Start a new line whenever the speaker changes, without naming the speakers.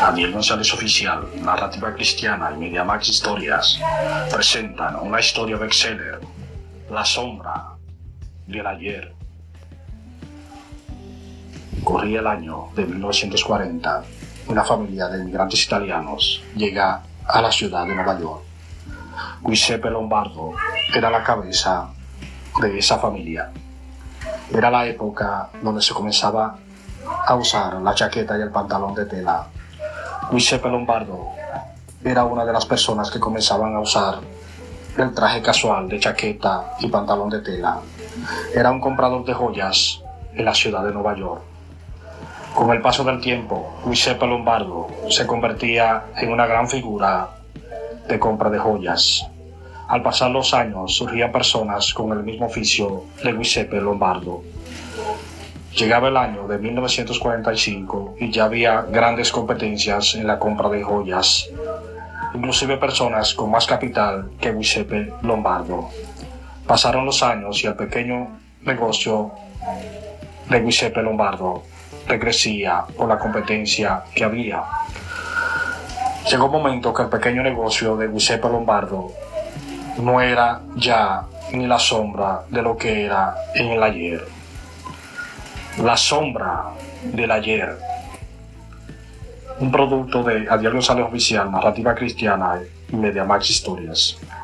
Adiel González Oficial, Narrativa Cristiana y MediaMax Historias presentan una historia bestseller, La sombra del ayer. Corría el año de 1940. Una familia de inmigrantes italianos llega a la ciudad de Nueva York. Giuseppe Lombardo era la cabeza de esa familia. Era la época donde se comenzaba a usar la chaqueta y el pantalón de tela. Giuseppe Lombardo era una de las personas que comenzaban a usar el traje casual de chaqueta y pantalón de tela. Era un comprador de joyas en la ciudad de Nueva York. Con el paso del tiempo, Giuseppe Lombardo se convertía en una gran figura de compra de joyas. Al pasar los años, surgían personas con el mismo oficio de Giuseppe Lombardo. Llegaba el año de 1945 y ya había grandes competencias en la compra de joyas, inclusive personas con más capital que Giuseppe Lombardo. Pasaron los años y el pequeño negocio de Giuseppe Lombardo decrecía por la competencia que había. Llegó un momento que el pequeño negocio de Giuseppe Lombardo no era ya ni la sombra de lo que era en el ayer. La sombra del ayer. Un producto de Adiel González Oficial, Narrativa Cristiana y MediaMax Historias.